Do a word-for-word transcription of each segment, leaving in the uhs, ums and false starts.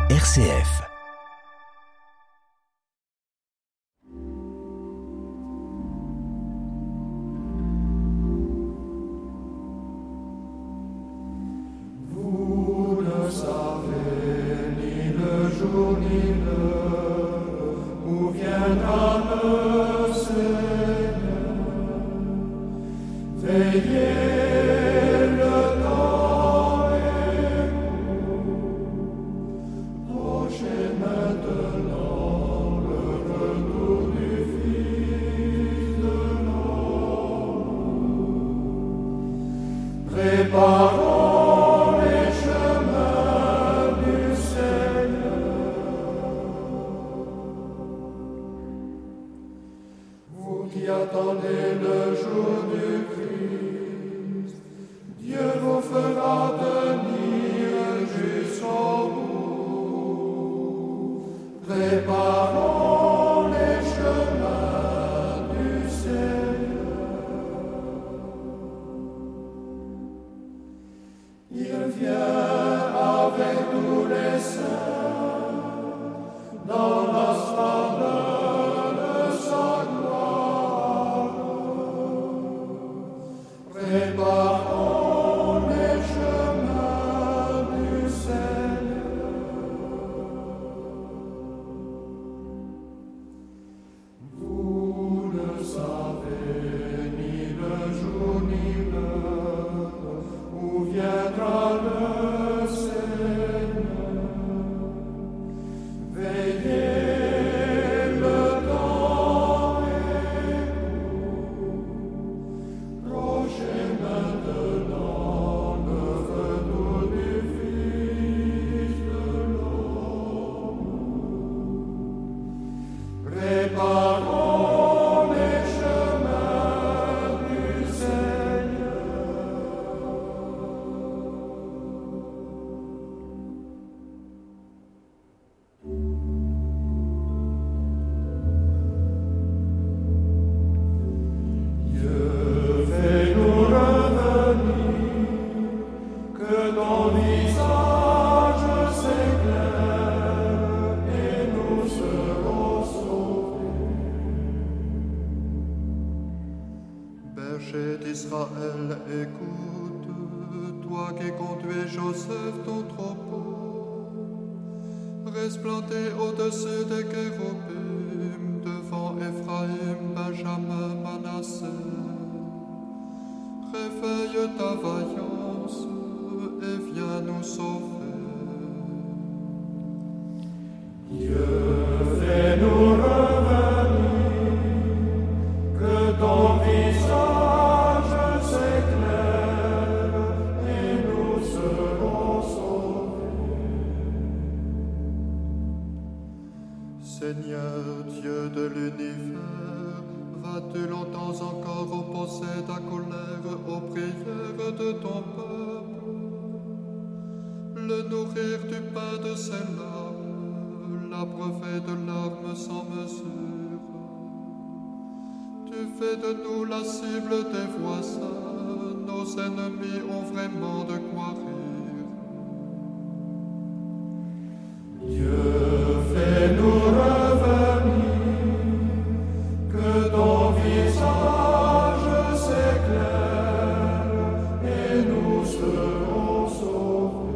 R C F. Vous ne savez ni le jour ni l'heure où viendra le Seigneur. Veillez. Préparons les chemins du Seigneur. Vous qui attendez le jour du Christ, Dieu vous fera tenir jusqu'au bout. Préparons les chemins du Seigneur. Il vient avec tous les saints dans la splendeur de sa gloire. Préparons les chemins du Seigneur. Vous ne savez ni le jour ni l'heure où viendra le Seigneur. Veillez, le temps est court. Proche maintenant le retour du Fils de l'homme. Préparons les chemins du Seigneur. Dieu fait nous revenir, que ton visage s'éclaire et nous serons sauvés. Berger d'Israël, écoute, toi qui conduis Joseph ton troupeau, reste planté au-dessus des kérobims, devant Ephraïm, Benjamin, Manassé. Réveille ta vaillance et viens nous sauver. Dieu fait nous revenir, que ton visage s'éclaire et nous serons sauvés. Seigneur Dieu de l'univers, vas-tu longtemps encore opposer ta colère aux prières de ton peuple? Le nourrir du pain de ses larmes, l'abreuver de larmes sans mesure. Tu fais de nous la cible des voisins, nos ennemis ont vraiment de quoi rire. Dieu fait nous revenir, que ton visage s'éclaire et nous serons sauvés.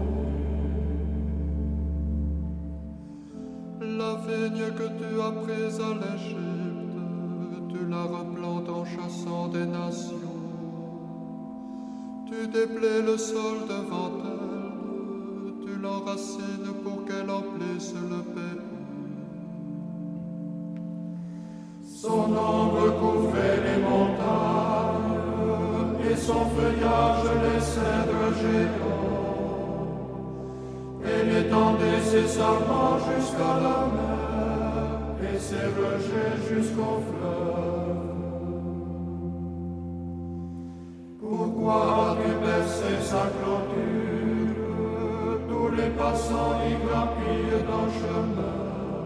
La vigne que tu as prise à l'Égypte, tu la replantes en chassant des nations. Tu déplaies le sol devant elle, tu l'enracines pour qu'elle emplisse le pays. Son ombre couvrait les montagnes et son feuillage les cèdres géants. Elle étendait ses sarments jusqu'à la mer et ses rejets jusqu'au fleuve. Pourquoi as-tu percé sa clôture? Tous les passants y grappillent dans le chemin.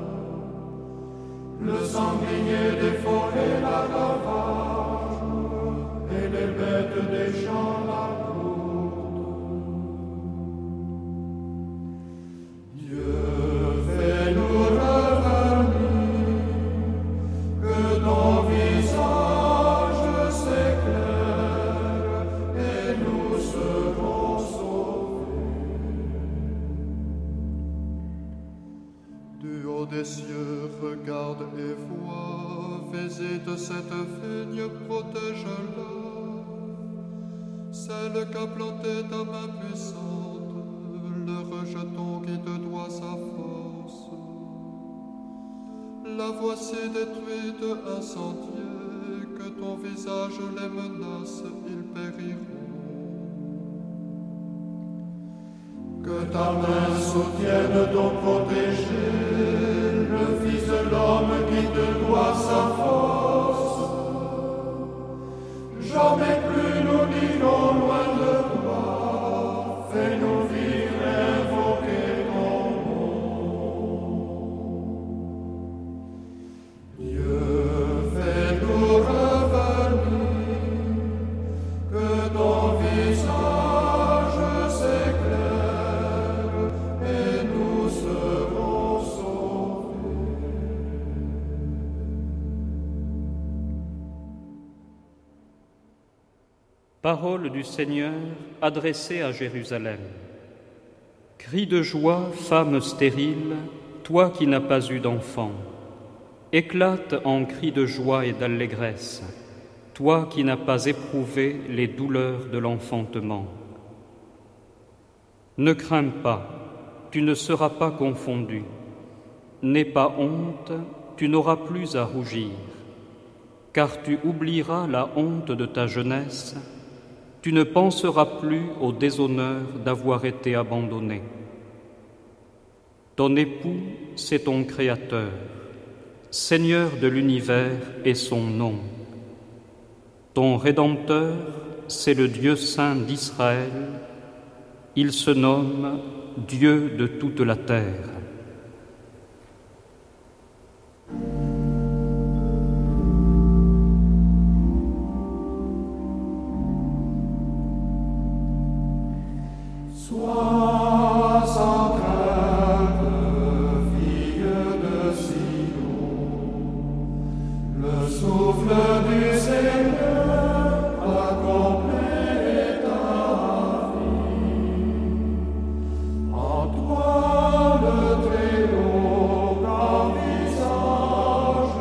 Le sanglier des forêts la ravage et les bêtes des champs la courent. Dieu haut des cieux, regarde et vois, visite cette vigne, protège-la. Celle qu'a planté ta main puissante, le rejeton qui te doit sa force. La voici détruite, incendiée, que ton visage les menace, ils périront. Que ta main soutienne ton protégé, le Fils de l'homme qui te doit sa force. Jamais plus nous n'irons loin de toi, fais-nous vivre et invoquer ton nom. Dieu, fais-nous revenir, que ton visage s'éclaire et nous serons sauvés. Parole du Seigneur adressée à Jérusalem. Crie de joie, femme stérile, toi qui n'as pas eu d'enfant. Éclate en cris de joie et d'allégresse, toi qui n'as pas éprouvé les douleurs de l'enfantement. Ne crains pas, tu ne seras pas confondu. N'aie pas honte, tu n'auras plus à rougir, car tu oublieras la honte de ta jeunesse. Tu ne penseras plus au déshonneur d'avoir été abandonné. Ton époux, c'est ton Créateur, Seigneur de l'univers est son nom. Ton Rédempteur, c'est le Dieu saint d'Israël. Il se nomme Dieu de toute la terre. Sois sans crainte, fille de Sion, le souffle du Seigneur accomplit ta vie. En toi le Très-Haut grand visage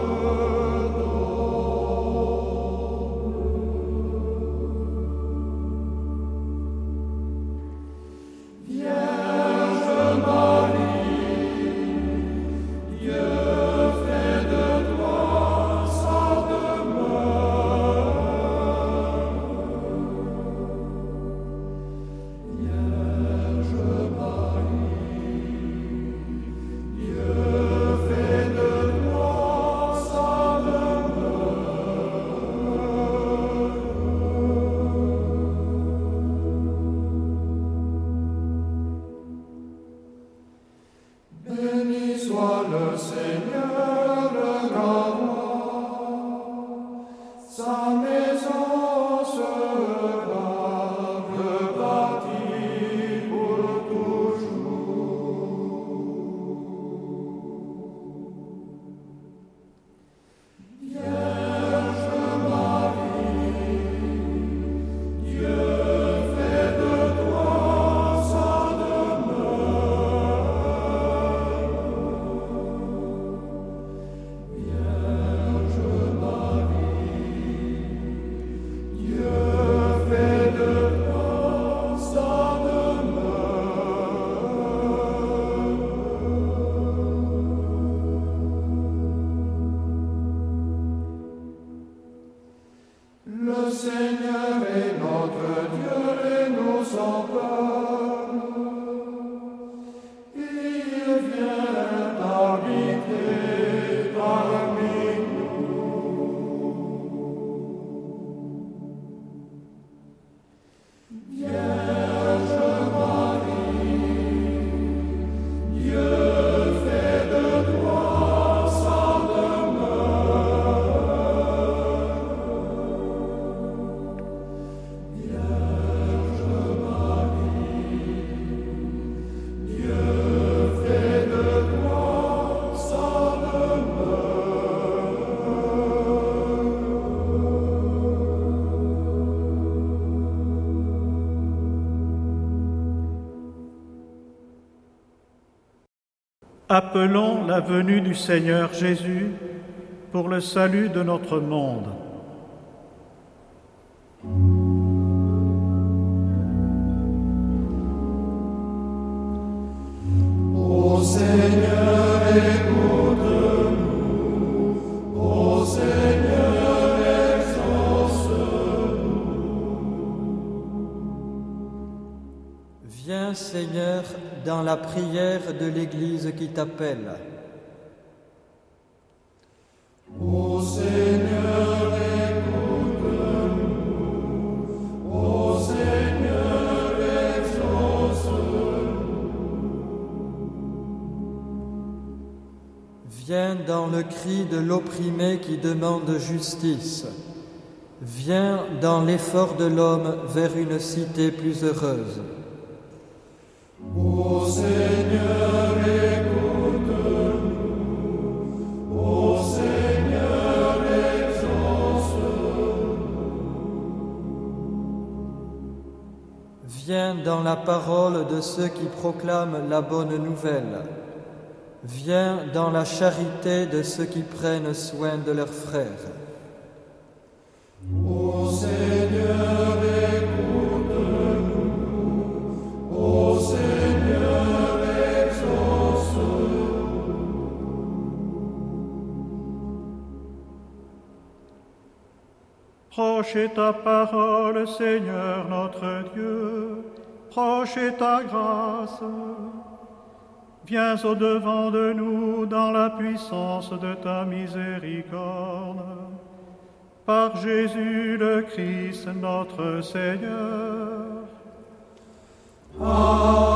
Vierge Marie, Dieu fait de toi sa demeure. Vierge Marie, Dieu fait de toi sa demeure. Béni soit le Seigneur, le grand roi, sa maison sera rebâtie pour toujours. Vierge Marie, Dieu fait de toi sa demeure. Appelons la venue du Seigneur Jésus pour le salut de notre monde. Ô Seigneur, écoute-nous. Ô Seigneur, exauce-nous. Viens, Seigneur, dans la prière de l'Église qui t'appelle. Ô Seigneur, écoute-nous. Ô Seigneur, exauce-nous. Viens dans le cri de l'opprimé qui demande justice. Viens dans l'effort de l'homme vers une cité plus heureuse. Ô Seigneur, écoute-nous. Ô Seigneur, exauce-nous. Viens dans la parole de ceux qui proclament la bonne nouvelle. Viens dans la charité de ceux qui prennent soin de leurs frères. Ô Seigneur, écoute-nous. Ô Seigneur, exauce-nous. Proche est ta parole, Seigneur notre Dieu, proche est ta grâce. Viens au-devant de nous dans la puissance de ta miséricorde. Par Jésus le Christ, notre Seigneur. Amen.